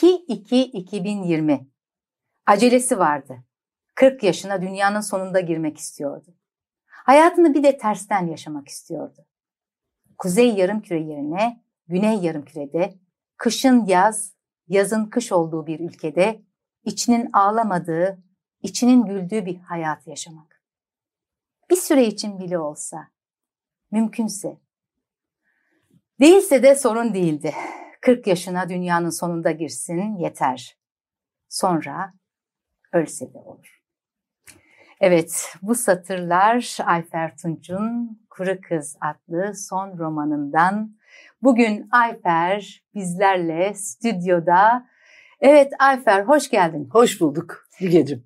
2-2-2020. Acelesi vardı. 40 yaşına dünyanın sonunda girmek istiyordu. Hayatını bir de tersten yaşamak istiyordu. Kuzey yarımküre yerine güney yarımkürede, kışın yaz, yazın kış olduğu bir ülkede, içinin ağlamadığı, içinin güldüğü bir hayat yaşamak. Bir süre için bile olsa, mümkünse. Değilse de sorun değildi. 40 yaşına dünyanın sonunda girsin, yeter. Sonra ölse de olur. Evet, bu satırlar Ayfer Tunç'un Kuru Kız adlı son romanından. Bugün Ayfer bizlerle stüdyoda. Evet Ayfer, hoş geldin. Hoş bulduk Mügeciğim.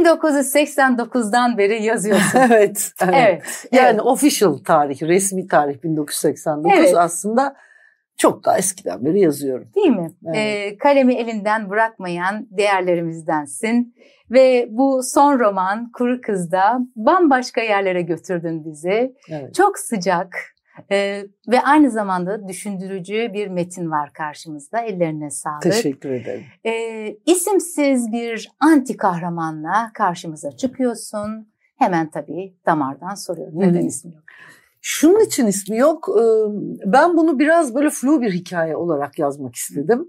1989'dan beri yazıyorsun. Evet. Yani official tarih, resmi tarih 1989 evet. Aslında çok daha eskiden beri yazıyorum. Değil mi? Evet. Kalemi elinden bırakmayan değerlerimizdensin. Ve bu son roman Kuru Kız'da bambaşka yerlere götürdün bizi. Evet. Çok sıcak ve aynı zamanda düşündürücü bir metin var karşımızda. Ellerine sağlık. Teşekkür ederim. İsimsiz bir anti kahramanla karşımıza çıkıyorsun. Hemen tabii damardan soruyorum. Neden ismi yok? Şunun için ismi yok. Ben bunu biraz böyle flu bir hikaye olarak yazmak istedim.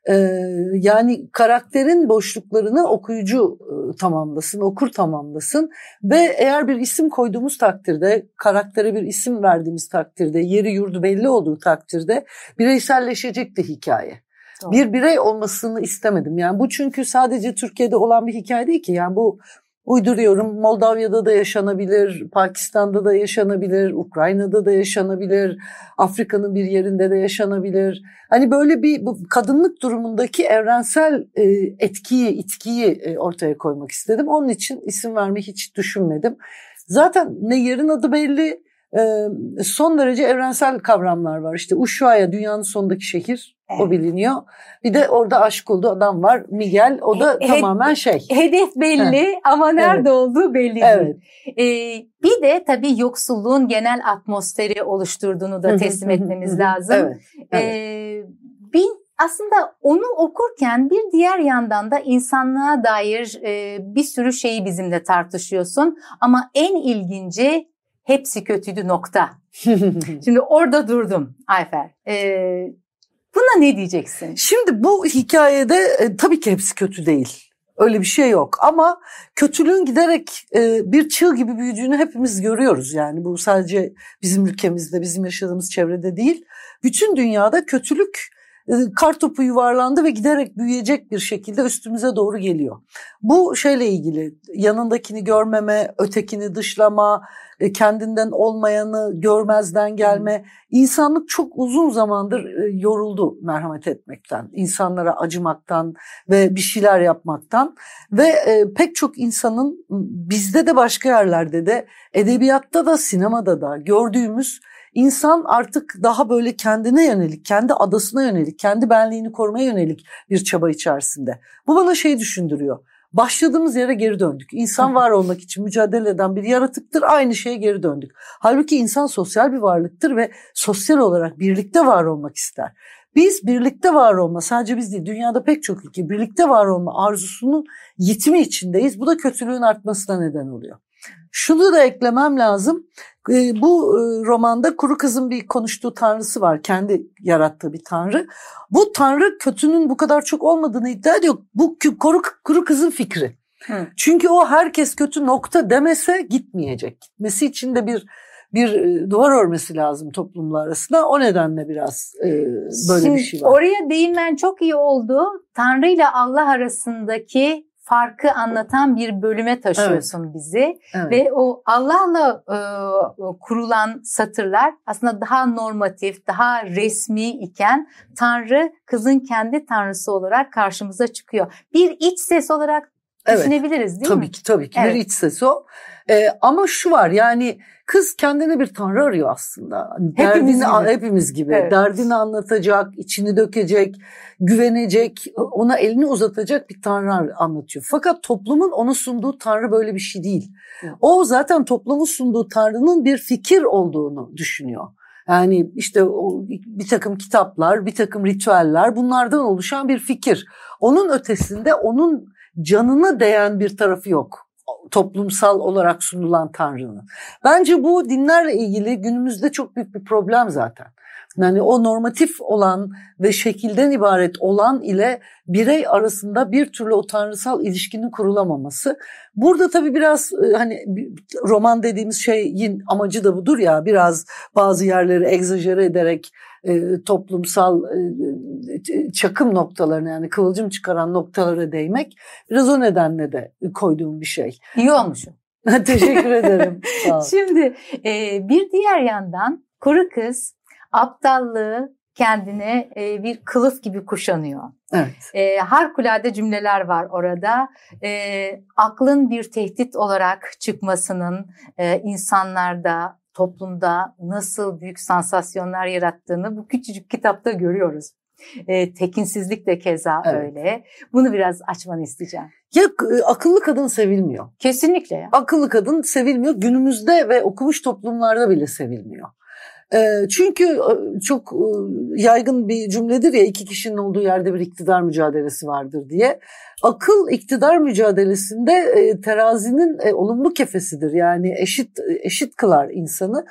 Yani karakterin boşluklarını okuyucu tamamlasın, okur tamamlasın ve eğer bir isim koyduğumuz takdirde, karaktere bir isim verdiğimiz takdirde, yeri yurdu belli olduğu takdirde bireyselleşecek de hikaye. Doğru. Bir birey olmasını istemedim. Yani bu çünkü sadece Türkiye'de olan bir hikaye değil ki. Yani bu uyduruyorum, Moldava'da da yaşanabilir, Pakistan'da da yaşanabilir, Ukrayna'da da yaşanabilir, Afrika'nın bir yerinde de yaşanabilir. Hani böyle bir bu kadınlık durumundaki evrensel itkiyi ortaya koymak istedim. Onun için isim vermeyi hiç düşünmedim. Zaten ne yerin adı belli, son derece evrensel kavramlar var. İşte Ushuaia, dünyanın sonundaki şehir, evet. O biliniyor. Bir de orada aşık olduğu adam var, Miguel. O da tamamen hedef belli ama nerede evet. olduğu belli evet. değil. Bir de tabii yoksulluğun genel atmosferi oluşturduğunu da teslim etmemiz lazım. Evet. Aslında onu okurken bir diğer yandan da insanlığa dair bir sürü şeyi bizimle tartışıyorsun. Ama en ilginci hepsi kötüydü nokta. Şimdi orada durdum Ayfer. Buna ne diyeceksin? Şimdi bu hikayede tabii ki hepsi kötü değil. Öyle bir şey yok ama kötülüğün giderek bir çığ gibi büyüdüğünü hepimiz görüyoruz. Yani bu sadece bizim ülkemizde, bizim yaşadığımız çevrede değil. Bütün dünyada kötülük kartopu yuvarlandı ve giderek büyüyecek bir şekilde üstümüze doğru geliyor. Bu şeyle ilgili yanındakini görmeme, ötekini dışlama, kendinden olmayanı görmezden gelme. İnsanlık çok uzun zamandır yoruldu merhamet etmekten, insanlara acımaktan ve bir şeyler yapmaktan. Ve pek çok insanın bizde de başka yerlerde de edebiyatta da sinemada da gördüğümüz İnsan artık daha böyle kendine yönelik, kendi adasına yönelik, kendi benliğini korumaya yönelik bir çaba içerisinde. Bu bana şey düşündürüyor. Başladığımız yere geri döndük. İnsan var olmak için mücadele eden bir yaratıktır. Aynı şeye geri döndük. Halbuki insan sosyal bir varlıktır ve sosyal olarak birlikte var olmak ister. Biz birlikte var olma, sadece biz değil, dünyada pek çok ülke birlikte var olma arzusunun yitimi içindeyiz. Bu da kötülüğün artmasına neden oluyor. Şunu da eklemem lazım. Bu romanda Kuru Kız'ın bir konuştuğu tanrısı var. Kendi yarattığı bir tanrı. Bu tanrı kötünün bu kadar çok olmadığını iddia ediyor. Bu Kuru Kız'ın fikri. Çünkü o herkes kötü nokta demese gitmeyecek. Gitmesi için de bir duvar örmesi lazım toplumlar arasında. O nedenle biraz böyle şimdi bir şey var. Oraya değinmen çok iyi oldu. Tanrı ile Allah arasındaki farkı anlatan bir bölüme taşıyorsun evet. bizi. Evet. Ve o Allah'la kurulan satırlar aslında daha normatif, daha resmi iken Tanrı kızın kendi tanrısı olarak karşımıza çıkıyor. Bir iç ses olarak düşünebiliriz değil mi? Tabii ki evet. Bir iç ses o. Ama şu var, yani kız kendine bir tanrı arıyor aslında. Hepimiz gibi. Evet. Derdini anlatacak, içini dökecek, güvenecek, ona elini uzatacak bir tanrı anlatıyor. Fakat toplumun ona sunduğu tanrı böyle bir şey değil. Evet. O zaten toplumun sunduğu tanrının bir fikir olduğunu düşünüyor. Yani işte bir takım kitaplar, bir takım ritüeller, bunlardan oluşan bir fikir. Onun ötesinde onun canına değen bir tarafı yok toplumsal olarak sunulan Tanrı'nın. Bence bu dinlerle ilgili günümüzde çok büyük bir problem zaten. Yani o normatif olan ve şekilden ibaret olan ile birey arasında bir türlü o tanrısal ilişkinin kurulamaması. Burada tabii biraz hani roman dediğimiz şeyin amacı da budur ya, biraz bazı yerleri egzajere ederek toplumsal çakım noktalarına, yani kıvılcım çıkaran noktalara değmek. Biraz o nedenle de koyduğum bir şey. İyi olmuşum. Teşekkür ederim. Sağ ol. Şimdi bir diğer yandan kuru kız aptallığı kendine bir kılıf gibi kuşanıyor. Evet. Harikulade cümleler var orada. Aklın bir tehdit olarak çıkmasının insanlarda, toplumda nasıl büyük sansasyonlar yarattığını bu küçücük kitapta görüyoruz. Tekinsizlik de keza öyle. Bunu biraz açmanı isteyeceğim. Ya akıllı kadın sevilmiyor. Kesinlikle ya. Akıllı kadın sevilmiyor. Günümüzde ve okumuş toplumlarda bile sevilmiyor. Çünkü çok yaygın bir cümledir ya, iki kişinin olduğu yerde bir iktidar mücadelesi vardır diye. Akıl iktidar mücadelesinde terazinin olumlu kefesidir. Yani eşit kılar insanı.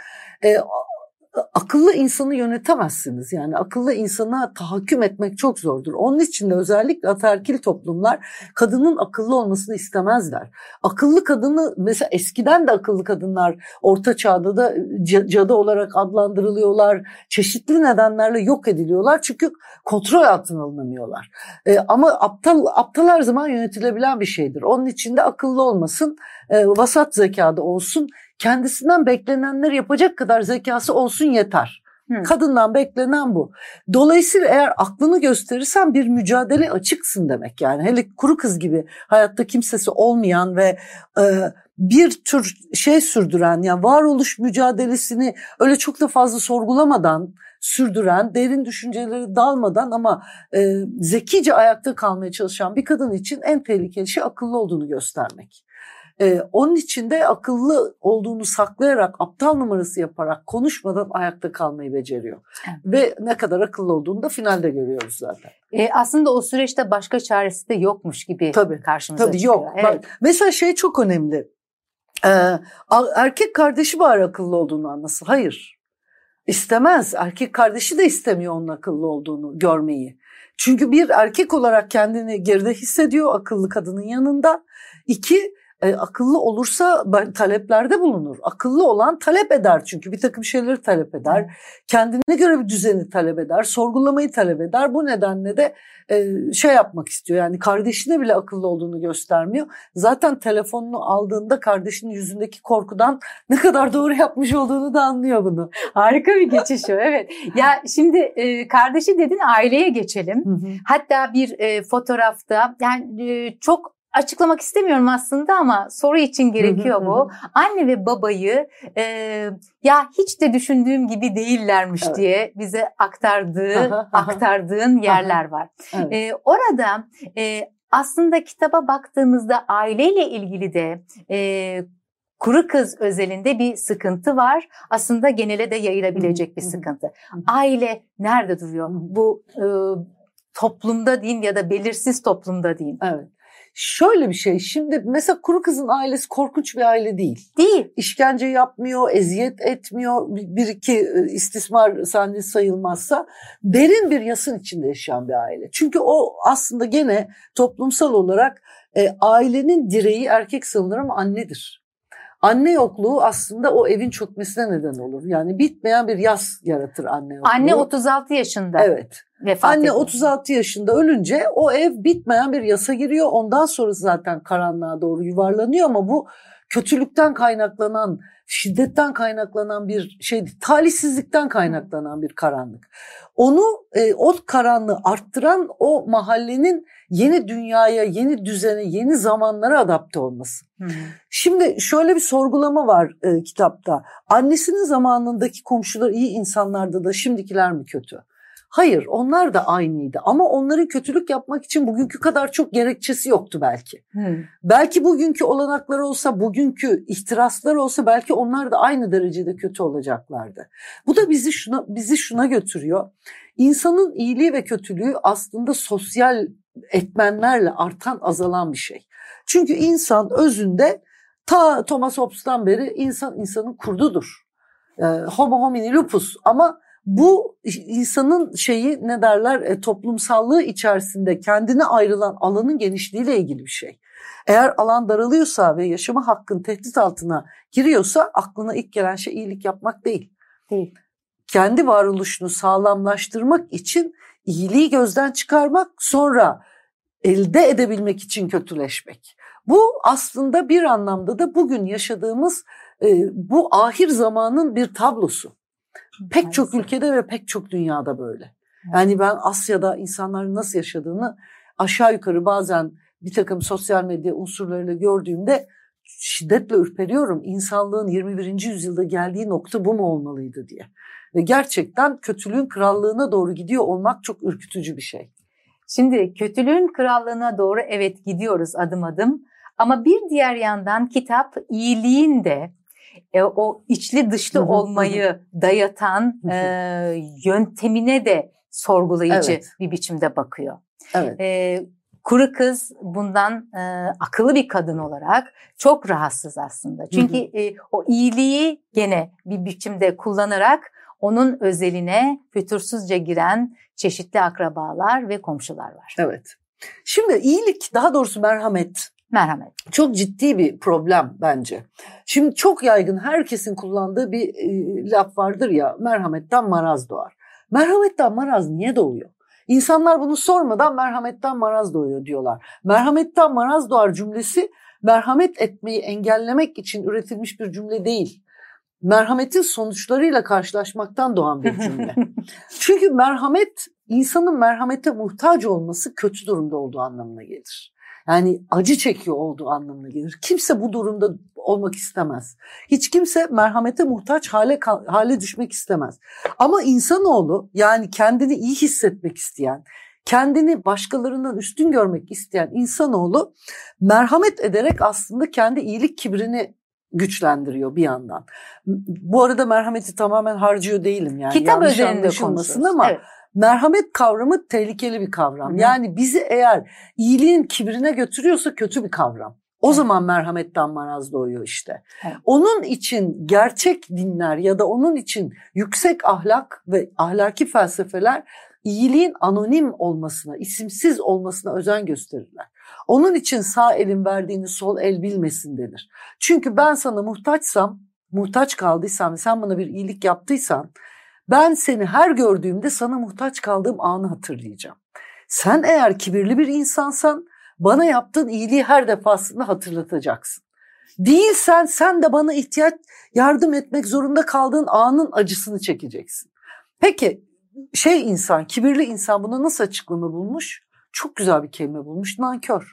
Akıllı insanı yönetemezsiniz. Yani akıllı insana tahakküm etmek çok zordur. Onun için de özellikle ataerkil toplumlar kadının akıllı olmasını istemezler. Akıllı kadını, mesela eskiden de akıllı kadınlar Orta Çağ'da da cadı olarak adlandırılıyorlar. Çeşitli nedenlerle yok ediliyorlar. Çünkü kontrol altına alınamıyorlar. Ama aptal her zaman yönetilebilen bir şeydir. Onun için de akıllı olmasın, vasat zekada olsun. Kendisinden beklenenleri yapacak kadar zekası olsun yeter. Kadından beklenen bu. Dolayısıyla eğer aklını gösterirsen bir mücadele açıksın demek. Yani hele kuru kız gibi hayatta kimsesi olmayan ve bir tür sürdüren, yani varoluş mücadelesini öyle çok da fazla sorgulamadan sürdüren, derin düşünceleri dalmadan ama zekice ayakta kalmaya çalışan bir kadın için en tehlikeli şey akıllı olduğunu göstermek. Onun için de akıllı olduğunu saklayarak, aptal numarası yaparak, konuşmadan ayakta kalmayı beceriyor. Evet. Ve ne kadar akıllı olduğunu da finalde görüyoruz zaten. Aslında o süreçte başka çaresi de yokmuş gibi karşımıza çıkıyor. Yok. Evet. Mesela çok önemli. Erkek kardeşi bari akıllı olduğunu anlasın. Hayır. İstemez. Erkek kardeşi de istemiyor onun akıllı olduğunu görmeyi. Çünkü bir, erkek olarak kendini geride hissediyor akıllı kadının yanında. İki, akıllı olursa taleplerde bulunur. Akıllı olan talep eder, çünkü bir takım şeyleri talep eder. Kendine göre bir düzeni talep eder. Sorgulamayı talep eder. Bu nedenle de yapmak istiyor. Yani kardeşine bile akıllı olduğunu göstermiyor. Zaten telefonunu aldığında kardeşinin yüzündeki korkudan ne kadar doğru yapmış olduğunu da anlıyor bunu. Harika bir geçiş o, evet. Ya şimdi kardeşi dedin, aileye geçelim. Hı hı. Hatta bir fotoğrafta, yani çok açıklamak istemiyorum aslında ama soru için gerekiyor bu. Anne ve babayı ya hiç de düşündüğüm gibi değillermiş diye bize aktardığın yerler var. Evet. Orada aslında kitaba baktığımızda aileyle ilgili de kuru kız özelinde bir sıkıntı var. Aslında genele de yayılabilecek bir sıkıntı. Aile nerede duruyor? Bu toplumda diyeyim ya da belirsiz toplumda diyeyim. Evet. Şöyle bir şey, şimdi mesela kuru kızın ailesi korkunç bir aile değil. Değil. İşkence yapmıyor, eziyet etmiyor, bir iki istismar sahnesi sayılmazsa derin bir yasın içinde yaşayan bir aile. Çünkü o aslında gene toplumsal olarak ailenin direği, erkek sanırım annedir. Anne yokluğu aslında o evin çökmesine neden olur. Yani bitmeyen bir yas yaratır anne yokluğu. Anne 36 yaşında. Evet. Anne 36 yaşında ölünce o ev bitmeyen bir yasa giriyor. Ondan sonra zaten karanlığa doğru yuvarlanıyor, ama bu kötülükten kaynaklanan, şiddetten kaynaklanan bir şey, talihsizlikten kaynaklanan bir karanlık. O karanlığı arttıran o mahallenin yeni dünyaya, yeni düzene, yeni zamanlara adapte olması. Şimdi şöyle bir sorgulama var kitapta. Annesinin zamanındaki komşular iyi insanlardı da şimdikiler mi kötü? Hayır, onlar da aynıydı ama onların kötülük yapmak için bugünkü kadar çok gerekçesi yoktu belki. Belki bugünkü olanaklar olsa, bugünkü ihtiraslar olsa belki onlar da aynı derecede kötü olacaklardı. Bu da bizi şuna götürüyor. İnsanın iyiliği ve kötülüğü aslında sosyal etmenlerle artan, azalan bir şey. Çünkü insan özünde ta Thomas Hobbes'tan beri insanın kurdudur. Homo homini lupus, ama bu insanın ne derler, toplumsallığı içerisinde kendine ayrılan alanın genişliğiyle ilgili bir şey. Eğer alan daralıyorsa ve yaşama hakkın tehdit altına giriyorsa aklına ilk gelen şey iyilik yapmak değil. Kendi varoluşunu sağlamlaştırmak için iyiliği gözden çıkarmak, sonra elde edebilmek için kötüleşmek. Bu aslında bir anlamda da bugün yaşadığımız bu ahir zamanın bir tablosu. Pek çok ülkede ve pek çok dünyada böyle. Yani ben Asya'da insanların nasıl yaşadığını aşağı yukarı bazen bir takım sosyal medya unsurlarıyla gördüğümde şiddetle ürperiyorum. İnsanlığın 21. yüzyılda geldiği nokta bu mu olmalıydı diye. Ve gerçekten kötülüğün krallığına doğru gidiyor olmak çok ürkütücü bir şey. Şimdi kötülüğün krallığına doğru evet gidiyoruz adım adım. Ama bir diğer yandan kitap iyiliğin de o içli dışlı olmayı dayatan yöntemine de sorgulayıcı bir biçimde bakıyor. Evet. Kuru Kız bundan akıllı bir kadın olarak çok rahatsız aslında. Çünkü o iyiliği gene bir biçimde kullanarak onun özeline fütursuzca giren çeşitli akrabalar ve komşular var. Evet. Şimdi iyilik, daha doğrusu merhamet. Çok ciddi bir problem bence. Şimdi çok yaygın, herkesin kullandığı bir laf vardır ya, merhametten maraz doğar. Merhametten maraz niye doğuyor? İnsanlar bunu sormadan merhametten maraz doğuyor diyorlar. Merhametten maraz doğar cümlesi merhamet etmeyi engellemek için üretilmiş bir cümle değil. Merhametin sonuçlarıyla karşılaşmaktan doğan bir cümle. Çünkü merhamet, insanın merhamete muhtaç olması kötü durumda olduğu anlamına gelir. Yani acı çekiyor olduğu anlamına gelir. Kimse bu durumda olmak istemez. Hiç kimse merhamete muhtaç hale düşmek istemez. Ama insanoğlu, yani kendini iyi hissetmek isteyen, kendini başkalarından üstün görmek isteyen insanoğlu merhamet ederek aslında kendi iyilik kibrini güçlendiriyor bir yandan. Bu arada merhameti tamamen harcıyor değilim yani. Kitap üzerinde konuşuyoruz. Ama evet. Merhamet kavramı tehlikeli bir kavram. Yani bizi eğer iyiliğin kibrine götürüyorsa kötü bir kavram. O zaman merhametten maraz doğuyor işte. Evet. Onun için gerçek dinler ya da onun için yüksek ahlak ve ahlaki felsefeler iyiliğin anonim olmasına, isimsiz olmasına özen gösterirler. Onun için sağ elin verdiğini sol el bilmesin denir. Çünkü ben sana muhtaç kaldıysam, sen bana bir iyilik yaptıysan, ben seni her gördüğümde sana muhtaç kaldığım anı hatırlayacağım. Sen eğer kibirli bir insansan, bana yaptığın iyiliği her defasında hatırlatacaksın. Değilsen sen de bana yardım etmek zorunda kaldığın anın acısını çekeceksin. Peki kibirli insan buna nasıl açıklama bulmuş? Çok güzel bir kelime bulmuş, nankör.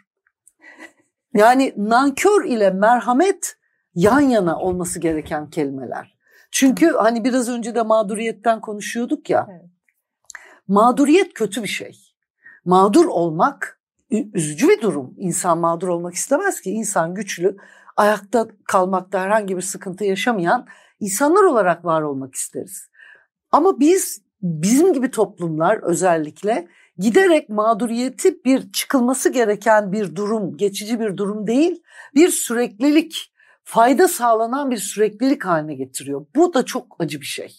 Yani nankör ile merhamet yan yana olması gereken kelimeler. Çünkü hani biraz önce de mağduriyetten konuşuyorduk ya. Evet. Mağduriyet kötü bir şey. Mağdur olmak üzücü bir durum. İnsan mağdur olmak istemez ki. İnsan güçlü, ayakta kalmakta herhangi bir sıkıntı yaşamayan insanlar olarak var olmak isteriz. Ama bizim gibi toplumlar özellikle giderek mağduriyeti bir çıkılması gereken bir durum, geçici bir durum değil, bir süreklilik, fayda sağlanan bir süreklilik haline getiriyor. Bu da çok acı bir şey.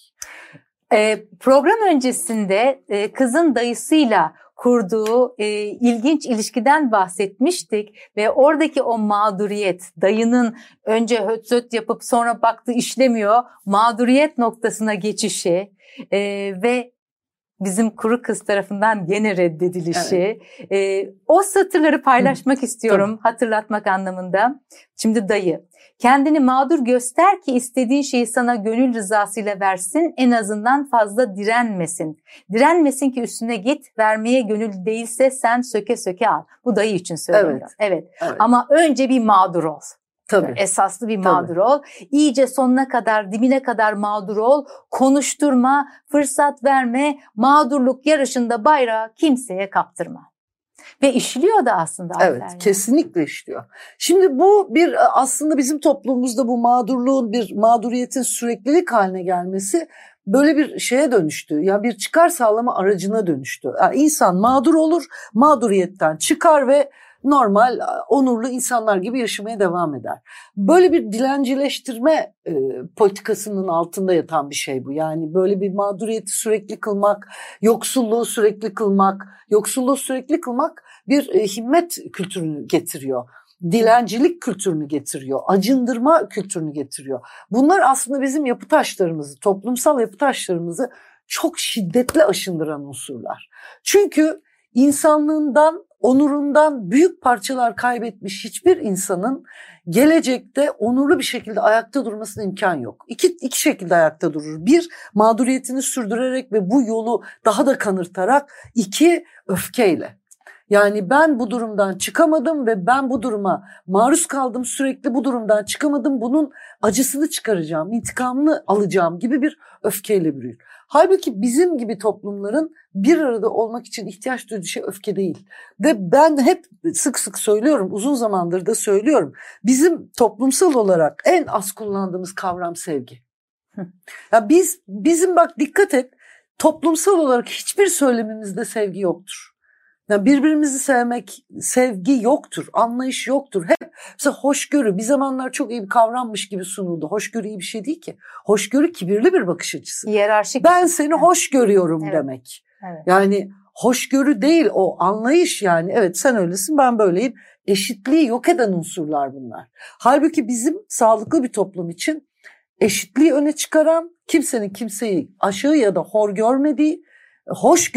Program öncesinde kızın dayısıyla kurduğu ilginç ilişkiden bahsetmiştik ve oradaki o mağduriyet, dayının önce höt höt yapıp sonra baktı işlemiyor, mağduriyet noktasına geçişi ve bizim Kuru Kız tarafından gene reddedilişi. Evet. O satırları paylaşmak istiyorum, hatırlatmak anlamında. Şimdi dayı, kendini mağdur göster ki istediğin şeyi sana gönül rızasıyla versin, en azından fazla direnmesin. Direnmesin ki üstüne git, vermeye gönül değilse sen söke söke al. Bu dayı için söyleniyor. Evet. Ama önce bir mağdur ol. Tabii. Esaslı bir mağdur ol. İyice sonuna kadar, dibine kadar mağdur ol. Konuşturma, fırsat verme. Mağdurluk yarışında bayrağı kimseye kaptırma. Ve işliyor da aslında. Evet, kesinlikle işliyor. Şimdi bu bir aslında bizim toplumumuzda bu mağdurluğun, bir mağduriyetin süreklilik haline gelmesi böyle bir şeye dönüştü. Yani bir çıkar sağlama aracına dönüştü. Yani insan mağdur olur, mağduriyetten çıkar ve normal, onurlu insanlar gibi yaşamaya devam eder. Böyle bir dilencileştirme politikasının altında yatan bir şey bu. Yani böyle bir mağduriyeti sürekli kılmak, yoksulluğu sürekli kılmak, bir himmet kültürünü getiriyor. Dilencilik kültürünü getiriyor, acındırma kültürünü getiriyor. Bunlar aslında bizim yapı taşlarımızı, toplumsal yapı taşlarımızı çok şiddetle aşındıran unsurlar. Çünkü insanlığından, onurundan büyük parçalar kaybetmiş hiçbir insanın gelecekte onurlu bir şekilde ayakta durmasına imkan yok. İki şekilde ayakta durur. Bir, mağduriyetini sürdürerek ve bu yolu daha da kanırtarak. İki, öfkeyle. Yani ben bu durumdan çıkamadım ve ben bu duruma maruz kaldım, sürekli bu durumdan çıkamadım, bunun acısını çıkaracağım, intikamını alacağım gibi bir öfkeyle bürür. Halbuki bizim gibi toplumların bir arada olmak için ihtiyaç duyduğu şey öfke değil. Ve ben hep sık sık söylüyorum, uzun zamandır da söylüyorum, bizim toplumsal olarak en az kullandığımız kavram sevgi. Ya bizim bak dikkat et, toplumsal olarak hiçbir söylemimizde sevgi yoktur. Yani birbirimizi sevmek, sevgi yoktur, anlayış yoktur. Hep mesela hoşgörü bir zamanlar çok iyi bir kavrammış gibi sunuldu. Hoşgörü iyi bir şey değil ki. Hoşgörü kibirli bir bakış açısı. Hiyerarşik. Ben seni hoş görüyorum demek. Evet. Yani hoşgörü değil, o anlayış yani. Evet, sen öylesin, ben böyleyim. Eşitliği yok eden unsurlar bunlar. Halbuki bizim sağlıklı bir toplum için eşitliği öne çıkaran, kimsenin kimseyi aşağı ya da hor görmediği, hoş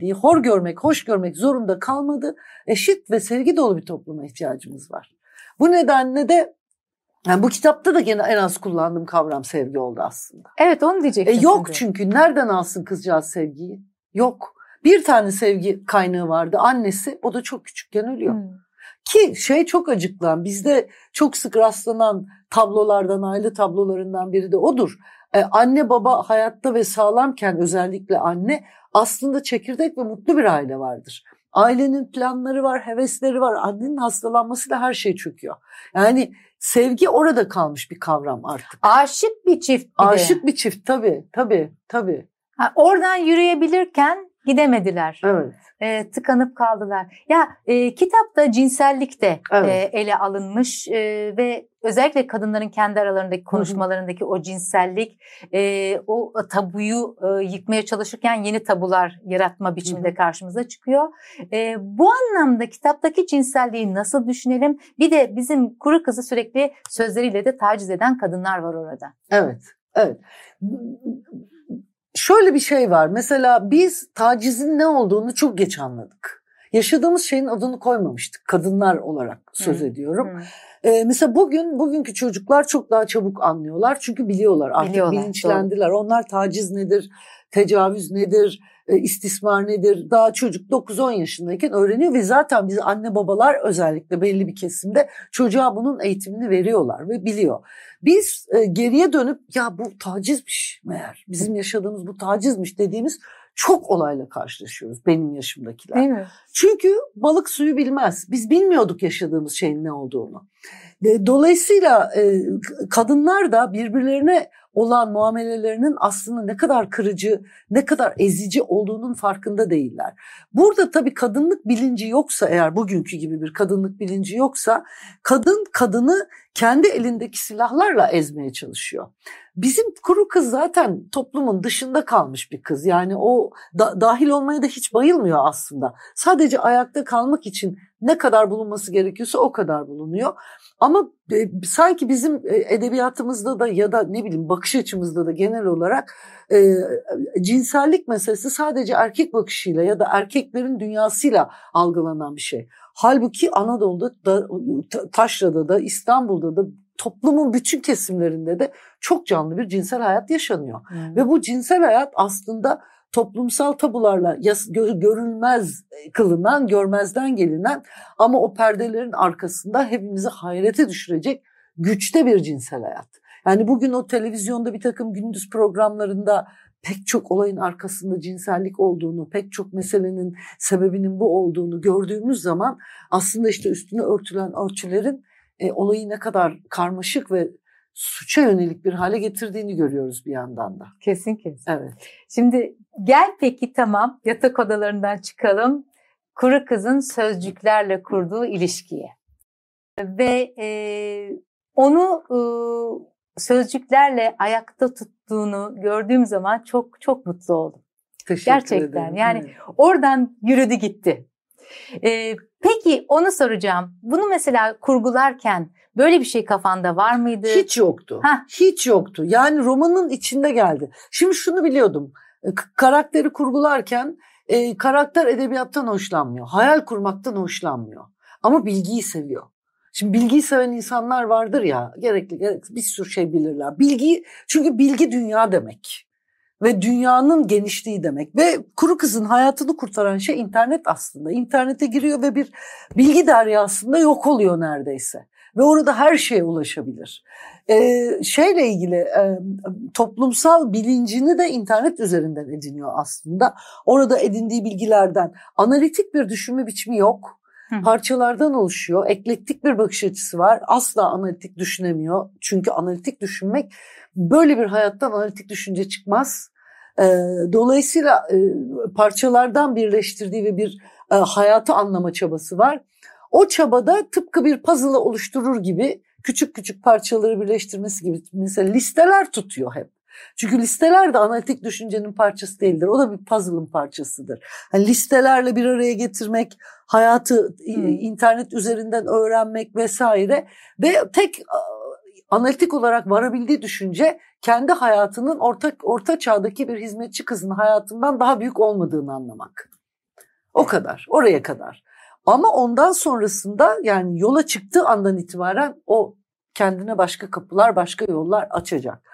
görmek zorunda kalmadı. Eşit ve sevgi dolu bir topluma ihtiyacımız var. Bu nedenle de yani bu kitapta da gene en az kullandığım kavram sevgi oldu aslında. Evet, onu diyecektim. Yok çünkü nereden alsın kızcağız sevgiyi? Yok. Bir tane sevgi kaynağı vardı, annesi, o da çok küçükken ölüyor. Ki çok acıklan, bizde çok sık rastlanan tablolardan, aile tablolarından biri de odur. Anne baba hayatta ve sağlamken, özellikle anne, aslında çekirdek ve mutlu bir aile vardır. Ailenin planları var, hevesleri var. Annenin hastalanmasıyla her şey çöküyor. Yani sevgi orada kalmış bir kavram artık. Aşık bir çift. Aşık bir çift, tabii. Oradan yürüyebilirken gidemediler. Evet. Tıkanıp kaldılar. Ya kitapta cinsellik de ele alınmış ve özellikle kadınların kendi aralarındaki konuşmalarındaki o cinsellik, o tabuyu yıkmaya çalışırken yeni tabular yaratma biçiminde karşımıza çıkıyor. Bu anlamda kitaptaki cinselliği nasıl düşünelim? Bir de bizim kuru kızı sürekli sözleriyle de taciz eden kadınlar var orada. Evet. Şöyle bir şey var. Mesela biz tacizin ne olduğunu çok geç anladık. Yaşadığımız şeyin adını koymamıştık. Kadınlar olarak söz ediyorum. Mesela bugünkü çocuklar çok daha çabuk anlıyorlar. Çünkü biliyorlar. Artık bilinçlendiler. Doğru. Onlar taciz nedir, tecavüz nedir, istismar nedir? Daha çocuk 9-10 yaşındayken öğreniyor ve zaten biz anne babalar özellikle belli bir kesimde çocuğa bunun eğitimini veriyorlar ve biliyor. Biz geriye dönüp ya bu tacizmiş meğer, bizim yaşadığımız bu tacizmiş dediğimiz çok olayla karşılaşıyoruz benim yaşımdakiler. Değil mi? Çünkü balık suyu bilmez. Biz bilmiyorduk yaşadığımız şeyin ne olduğunu. Dolayısıyla kadınlar da birbirlerine olan muamelelerinin aslında ne kadar kırıcı, ne kadar ezici olduğunun farkında değiller. Burada tabii kadınlık bilinci yoksa, eğer bugünkü gibi bir kadınlık bilinci yoksa, kadın kadını kendi elindeki silahlarla ezmeye çalışıyor. Bizim kuru kız zaten toplumun dışında kalmış bir kız. Yani o dahil olmaya da hiç bayılmıyor aslında. Sadece ayakta kalmak için ne kadar bulunması gerekiyorsa o kadar bulunuyor. Ama sanki bizim edebiyatımızda da ya da ne bileyim bakış açımızda da genel olarak cinsellik meselesi sadece erkek bakışıyla ya da erkeklerin dünyasıyla algılanan bir şey. Halbuki Anadolu'da da, Taşra'da da, İstanbul'da da, toplumun bütün kesimlerinde de çok canlı bir cinsel hayat yaşanıyor. Ve bu cinsel hayat aslında toplumsal tabularla görülmez kılınan, görmezden gelinen ama o perdelerin arkasında hepimizi hayrete düşürecek güçte bir cinsel hayat. Yani bugün o televizyonda bir takım gündüz programlarında pek çok olayın arkasında cinsellik olduğunu, pek çok meselenin sebebinin bu olduğunu gördüğümüz zaman aslında işte üstüne örtülen örtülerin olayı ne kadar karmaşık ve suça yönelik bir hale getirdiğini görüyoruz bir yandan da. Kesin. Evet. Şimdi gel peki tamam yatak odalarından çıkalım. Kuru Kız'ın sözcüklerle kurduğu ilişkiye. Ve onu sözcüklerle ayakta tuttuğunu gördüğüm zaman çok çok mutlu oldum. Teşekkür gerçekten ederim. yani Evet. oradan yürüdü gitti. Peki onu soracağım. Bunu mesela kurgularken böyle bir şey kafanda var mıydı? Hiç yoktu. Hiç yoktu. Yani romanın içinde geldi. Şimdi şunu biliyordum. Karakteri kurgularken karakter edebiyattan hoşlanmıyor. Hayal kurmaktan hoşlanmıyor. Ama bilgiyi seviyor. Şimdi bilgiyi seven insanlar vardır ya, gerekli bir sürü şey bilirler. Çünkü bilgi dünya demek. Ve dünyanın genişliği demek. Ve Kuru Kız'ın hayatını kurtaran şey internet aslında. İnternete giriyor ve bir bilgi deryasında yok oluyor neredeyse. Ve orada her şeye ulaşabilir. Şeyle ilgili toplumsal bilincini de internet üzerinden ediniyor aslında. Orada edindiği bilgilerden analitik bir düşünme biçimi yok. Parçalardan oluşuyor. Eklektik bir bakış açısı var. Asla analitik düşünemiyor. Çünkü analitik düşünmek, böyle bir hayattan analitik düşünce çıkmaz. Dolayısıyla parçalardan birleştirdiği ve bir hayatı anlama çabası var. O çabada tıpkı bir puzzle'ı oluşturur gibi küçük küçük parçaları birleştirmesi gibi mesela listeler tutuyor hep. Çünkü listeler de analitik düşüncenin parçası değildir. O da bir puzzle'ın parçasıdır. Yani listelerle bir araya getirmek, hayatı internet üzerinden öğrenmek vesaire ve tek analitik olarak varabildiği düşünce kendi hayatının orta çağdaki bir hizmetçi kızın hayatından daha büyük olmadığını anlamak. O kadar, oraya kadar. Ama ondan sonrasında yani yola çıktığı andan itibaren o kendine başka kapılar, başka yollar açacak.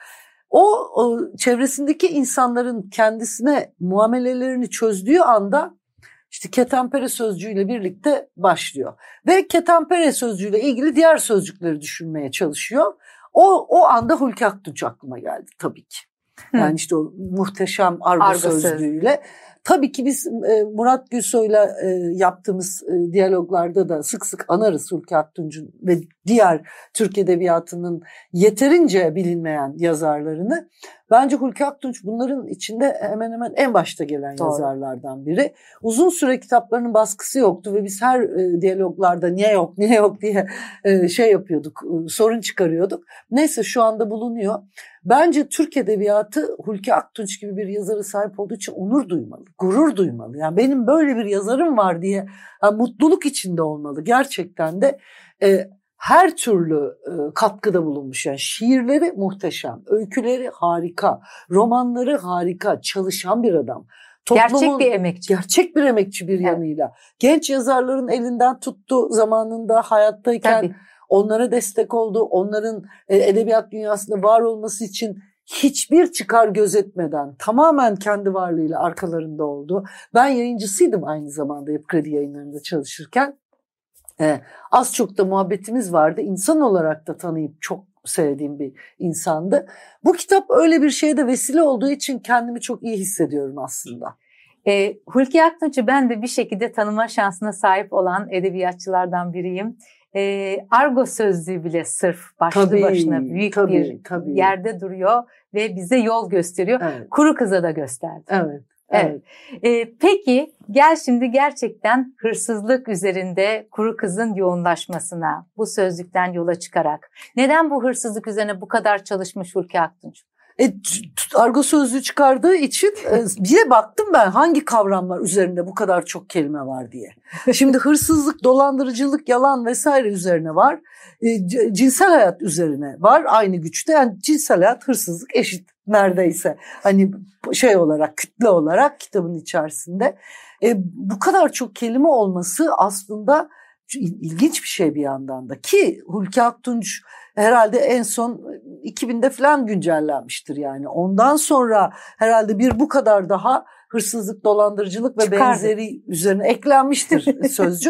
O çevresindeki insanların kendisine muamelelerini çözdüğü anda işte ketenpere sözcüğüyle birlikte başlıyor. Ve ketenpere sözcüğüyle ilgili diğer sözcükleri düşünmeye çalışıyor. O anda Hulki Aktunç aklıma geldi tabii ki. Yani işte o muhteşem argo sözlüğüyle. Tabii ki biz Murat Gülsoy'la yaptığımız diyaloglarda da sık sık anarız Hulki Aktunç'un ve diğer Türk Edebiyatı'nın yeterince bilinmeyen yazarlarını. Bence Hulki Aktunç bunların içinde hemen hemen en başta gelen yazarlardan biri. Uzun süre kitaplarının baskısı yoktu ve biz her diyaloglarda niye yok diye şey yapıyorduk, sorun çıkarıyorduk. Neyse şu anda bulunuyor. Bence Türk Edebiyatı Hulki Aktunç gibi bir yazara sahip olduğu için onur duymalı, gurur duymalı. Yani benim böyle bir yazarım var diye mutluluk içinde olmalı. Gerçekten de her türlü katkıda bulunmuş. Yani şiirleri muhteşem, öyküleri harika, romanları harika, çalışan bir adam. Gerçek bir emekçi. Gerçek bir emekçi bir yanıyla. Genç yazarların elinden tuttu zamanında hayattayken. Tabii. Onlara destek oldu. Onların edebiyat dünyasında var olması için hiçbir çıkar gözetmeden tamamen kendi varlığıyla arkalarında oldu. Ben yayıncısıydım aynı zamanda Yapı Kredi Yayınları'nda çalışırken. Az çok da muhabbetimiz vardı. İnsan olarak da tanıyıp çok sevdiğim bir insandı. Bu kitap öyle bir şeye de vesile olduğu için kendimi çok iyi hissediyorum aslında. Hulki Aktunç'u ben de bir şekilde tanıma şansına sahip olan edebiyatçılardan biriyim. Argo sözlüğü bile sırf başlı başına büyük bir yerde duruyor ve bize yol gösteriyor. Evet. Kuru Kız'a da gösterdi. Evet. Peki gel şimdi gerçekten hırsızlık üzerinde Kuru Kız'ın yoğunlaşmasına, bu sözlükten yola çıkarak. Neden bu hırsızlık üzerine bu kadar çalışmış Hulki Aktunç? Argo sözlüğü çıkardığı için bir de baktım ben hangi kavramlar üzerinde bu kadar çok kelime var diye. Şimdi hırsızlık, dolandırıcılık, yalan vesaire üzerine var. Cinsel hayat üzerine var aynı güçte. Yani cinsel hayat, hırsızlık eşit neredeyse. Hani şey olarak, kütle olarak kitabın içerisinde. Bu kadar çok kelime olması aslında ilginç bir şey bir yandan da. Ki Hulki Aktunç herhalde en son 2000'de falan güncellenmiştir yani. Ondan sonra herhalde bir bu kadar daha hırsızlık, dolandırıcılık ve benzeri üzerine eklenmiştir sözcük.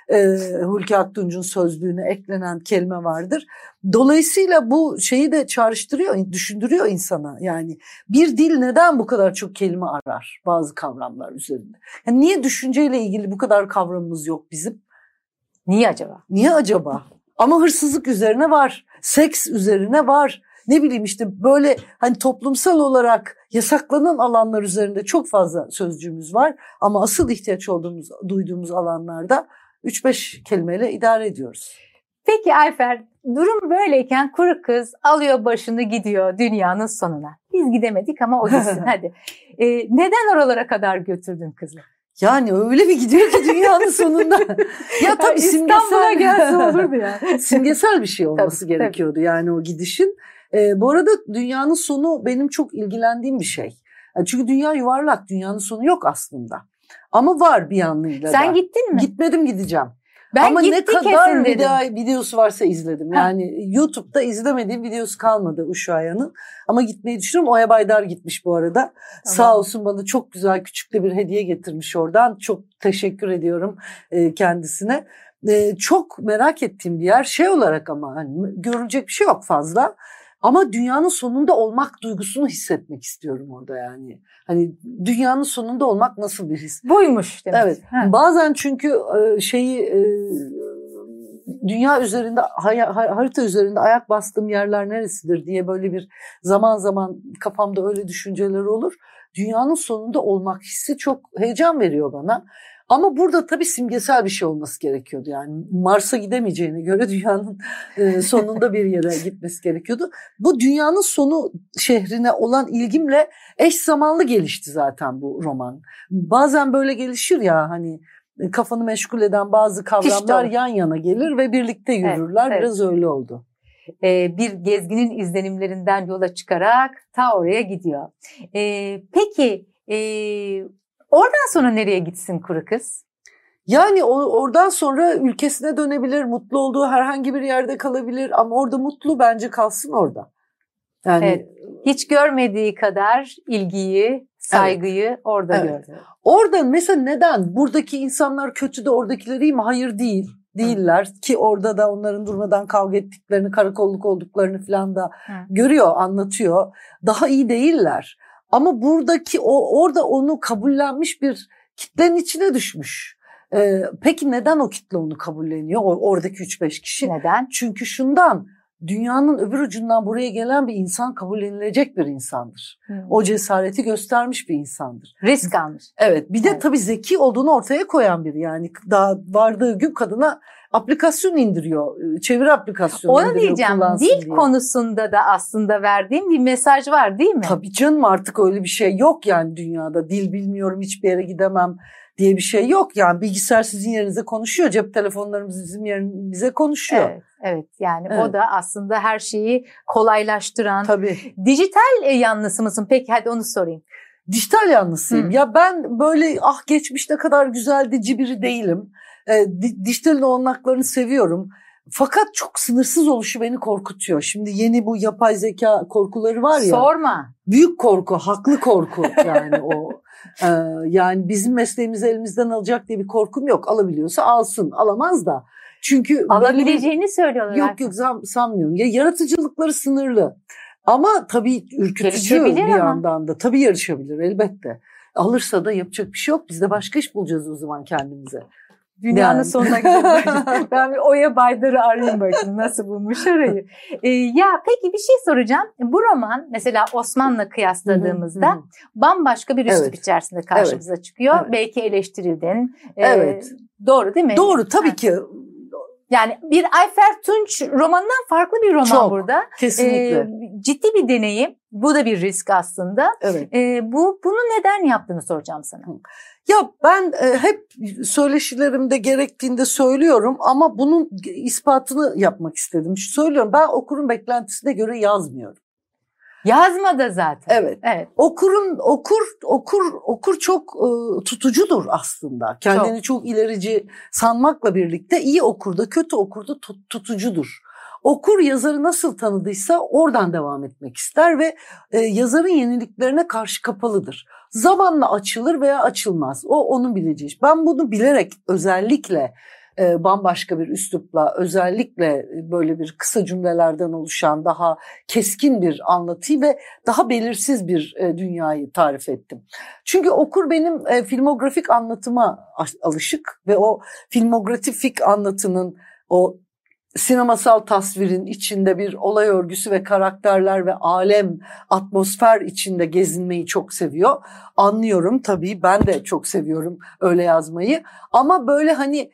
Hulki Aktunç'un sözlüğüne eklenen kelime vardır. Dolayısıyla bu şeyi de çağrıştırıyor, düşündürüyor insana. Yani bir dil neden bu kadar çok kelime arar bazı kavramlar üzerinde? Yani niye düşünceyle ilgili bu kadar kavramımız yok bizim? Niye acaba? Niye acaba? Ama hırsızlık üzerine var, seks üzerine var. Ne bileyim işte böyle hani toplumsal olarak yasaklanan alanlar üzerinde çok fazla sözcüğümüz var. Ama asıl ihtiyaç duyduğumuz alanlarda 3-5 kelimeyle idare ediyoruz. Peki Ayfer, durum böyleyken kuru kız alıyor başını gidiyor dünyanın sonuna. Biz gidemedik ama o gitsin hadi. Neden oralara kadar götürdün kızı? Yani öyle bir gidiyor ki dünyanın sonunda. Ya tabii İstanbul'a gelse olurdu yani. Simgesel bir şey olması tabii, gerekiyordu tabii. yani o gidişin. Bu arada dünyanın sonu benim çok ilgilendiğim bir şey. Çünkü dünya yuvarlak, dünyanın sonu yok aslında. Ama var bir yanıyla da. Sen gittin mi? Gitmedim, gideceğim. Ben ama ne kadar videosu varsa izledim. Yani YouTube'da izlemediğim videosu kalmadı Ushuaia'nın. Ama gitmeyi düşünüyorum. Oya Baydar gitmiş bu arada. Tamam. Sağ olsun bana çok güzel küçük de bir hediye getirmiş oradan. Çok teşekkür ediyorum kendisine. Çok merak ettiğim bir yer şey olarak ama hani görülecek bir şey yok fazla. Ama dünyanın sonunda olmak duygusunu hissetmek istiyorum orada yani. Hani dünyanın sonunda olmak nasıl bir his? Buymuş demek. Evet. Bazen çünkü dünya üzerinde harita üzerinde ayak bastığım yerler neresidir diye böyle bir zaman zaman kafamda öyle düşünceler olur. Dünyanın sonunda olmak hissi çok heyecan veriyor bana. Ama burada tabii simgesel bir şey olması gerekiyordu. Yani Mars'a gidemeyeceğine göre dünyanın sonunda bir yere gitmesi gerekiyordu. Bu dünyanın sonu şehrine olan ilgimle eş zamanlı gelişti zaten bu roman. Bazen böyle gelişir ya hani kafanı meşgul eden bazı kavramlar yan yana gelir ve birlikte yürürler. Evet, biraz öyle oldu. Bir gezginin izlenimlerinden yola çıkarak ta oraya gidiyor. Peki... Oradan sonra nereye gitsin kuru kız? Yani oradan sonra ülkesine dönebilir, mutlu olduğu herhangi bir yerde kalabilir ama orada mutlu bence kalsın orada. Yani evet, hiç görmediği kadar ilgiyi, saygıyı orada gördü. Orada mesela neden? Buradaki insanlar kötü de oradakiler iyi mi? Hayır değil. Değiller ki orada da onların durmadan kavga ettiklerini, karakolluk olduklarını falan da görüyor, anlatıyor. Daha iyi değiller. Ama buradaki orada onu kabullenmiş bir kitlenin içine düşmüş. Peki neden o kitle onu kabulleniyor? Oradaki 3-5 kişi. Neden? Çünkü şundan, dünyanın öbür ucundan buraya gelen bir insan kabullenilecek bir insandır. O cesareti göstermiş bir insandır. Risk almış. Evet, bir de tabii zeki olduğunu ortaya koyan biri. Yani daha vardığı gün kadına aplikasyon indiriyor, çeviri aplikasyonu onu indiriyor. Onu diyeceğim, dil konusunda da aslında verdiğim bir mesaj var değil mi? Tabii canım, artık öyle bir şey yok yani dünyada. Dil bilmiyorum, hiçbir yere gidemem diye bir şey yok. Yani bilgisayar sizin yerinize konuşuyor, cep telefonlarımız bizim yerimize konuşuyor. Evet yani o da aslında her şeyi kolaylaştıran. Tabii. Dijital yanlısı mısın? Peki hadi onu sorayım. Dijital yanlısıyım. Ya ben böyle geçmiş ne kadar güzeldi biri değilim. Dijitalin olanaklarını seviyorum. Fakat çok sınırsız oluşu beni korkutuyor. Şimdi yeni bu yapay zeka korkuları var ya. Sorma. Büyük korku, haklı korku yani o. Yani bizim mesleğimizi elimizden alacak diye bir korkum yok. Alabiliyorsa alsın, alamaz da. Çünkü alabileceğini söylüyorlar. Yok sanmıyorum. Ya yaratıcılıkları sınırlı. Ama tabii ürkütücü bir yandan da. Tabii yarışabilir elbette. Alırsa da yapacak bir şey yok. Biz de başka iş bulacağız o zaman kendimize. Dünyanın sonuna gidelim. Ben bir Oya Baydar'ı arayayım bakayım nasıl bulmuş orayı. Ya peki bir şey soracağım. Bu roman mesela Osman'la kıyasladığımızda bambaşka bir üslup içerisinde karşımıza çıkıyor. Evet. Belki eleştirildin. Evet. Doğru değil mi? Doğru tabii ki. Yani bir Ayfer Tunç romanından farklı bir roman çok, burada. Kesinlikle. Ciddi bir deneyim. Bu da bir risk aslında. Evet. Bunu neden yaptığını soracağım sana. Ya ben hep söyleşilerimde gerektiğinde söylüyorum ama bunun ispatını yapmak istedim. Söylüyorum, ben okurun beklentisine göre yazmıyorum. Yazma da zaten. Evet. Okur çok tutucudur aslında. Kendini çok ilerici sanmakla birlikte iyi okur da kötü okur da tutucudur. Okur yazarı nasıl tanıdıysa oradan devam etmek ister ve yazarın yeniliklerine karşı kapalıdır. Zamanla açılır veya açılmaz. O onun bileceği iş. Ben bunu bilerek özellikle bambaşka bir üslupla, özellikle böyle bir kısa cümlelerden oluşan daha keskin bir anlatıyı ve daha belirsiz bir dünyayı tarif ettim. Çünkü okur benim filmografik anlatıma alışık ve o filmografik anlatının, o sinemasal tasvirin içinde bir olay örgüsü ve karakterler ve alem, atmosfer içinde gezinmeyi çok seviyor. Anlıyorum tabii, ben de çok seviyorum öyle yazmayı. Ama böyle hani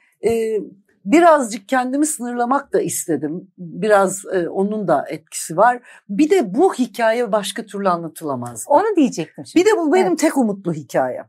birazcık kendimi sınırlamak da istedim. Biraz onun da etkisi var. Bir de bu hikaye başka türlü anlatılamaz. Onu diyecektim şimdi. Bir de bu benim tek umutlu hikayem.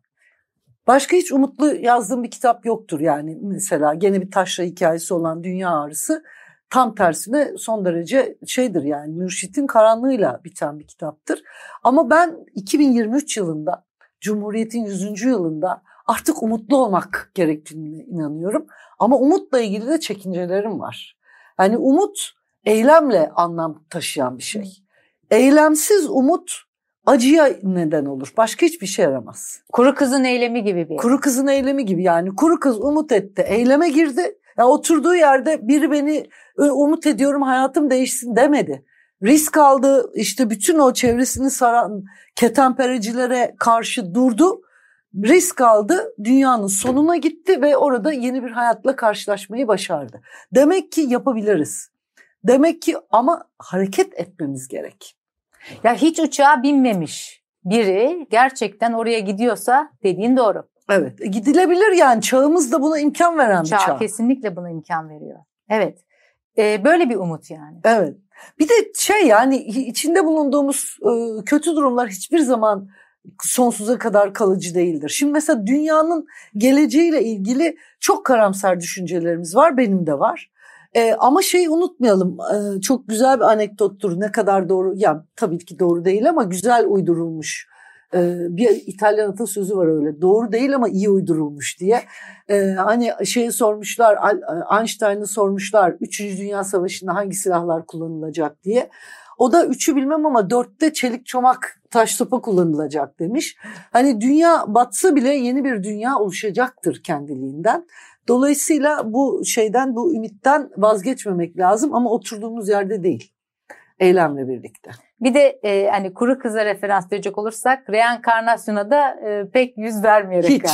Başka hiç umutlu yazdığım bir kitap yoktur yani. Mesela gene bir taşra hikayesi olan Dünya Ağrısı tam tersine son derece şeydir yani, mürşitin karanlığıyla biten bir kitaptır. Ama ben 2023 yılında, Cumhuriyet'in 100. yılında artık umutlu olmak gerektiğine inanıyorum. Ama umutla ilgili de çekincelerim var. Yani umut eylemle anlam taşıyan bir şey. Eylemsiz umut acıya neden olur. Başka hiçbir şey yaramaz. Kuru kızın eylemi gibi bir. Kuru kızın eylemi gibi yani. Kuru kız umut etti, eyleme girdi. Ya oturduğu yerde biri beni umut ediyorum hayatım değişsin demedi. Risk aldı, işte bütün o çevresini saran ketenperecilere karşı durdu. Risk aldı, dünyanın sonuna gitti ve orada yeni bir hayatla karşılaşmayı başardı. Demek ki yapabiliriz. Demek ki ama hareket etmemiz gerek. Ya hiç uçağa binmemiş biri gerçekten oraya gidiyorsa dediğin doğru. Evet, gidilebilir yani, çağımız da buna imkan veren bir çağ. Kesinlikle buna imkan veriyor. Evet, böyle bir umut yani. Evet, bir de yani içinde bulunduğumuz kötü durumlar hiçbir zaman sonsuza kadar kalıcı değildir. Şimdi mesela dünyanın geleceğiyle ilgili çok karamsar düşüncelerimiz var, benim de var. Ama unutmayalım, çok güzel bir anekdottur, ne kadar doğru, yani tabii ki doğru değil ama güzel uydurulmuş. Bir İtalyan atasözü var öyle, doğru değil ama iyi uydurulmuş diye. Hani sormuşlar, Einstein'ı sormuşlar 3. Dünya Savaşı'nda hangi silahlar kullanılacak diye. O da 3'ü bilmem ama 4'te çelik çomak, taş sopa kullanılacak demiş. Hani dünya batsa bile yeni bir dünya oluşacaktır kendiliğinden. Dolayısıyla bu ümitten vazgeçmemek lazım ama oturduğumuz yerde değil. Eylemle birlikte. Bir de hani kuru kıza referans verecek olursak reenkarnasyona da pek yüz vermeyerek hiç.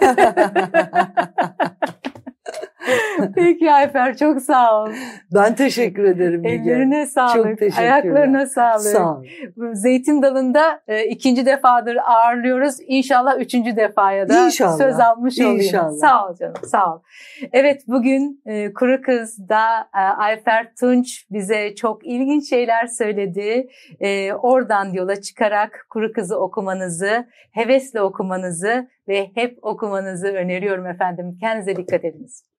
Peki Ayfer, çok sağ ol. Ben teşekkür ederim. Ellerine sağlık. Çok Ayaklarına sağlık. Sağ ol. Zeytin Dalı'nda 2. defadır ağırlıyoruz. İnşallah 3. defaya da söz almış olayım. İnşallah. Sağ ol canım, sağ ol. Evet, bugün Kuru Kız'da Ayfer Tunç bize çok ilginç şeyler söyledi. Oradan yola çıkarak Kuru Kız'ı okumanızı, hevesle okumanızı ve hep okumanızı öneriyorum efendim. Kendinize dikkat ediniz.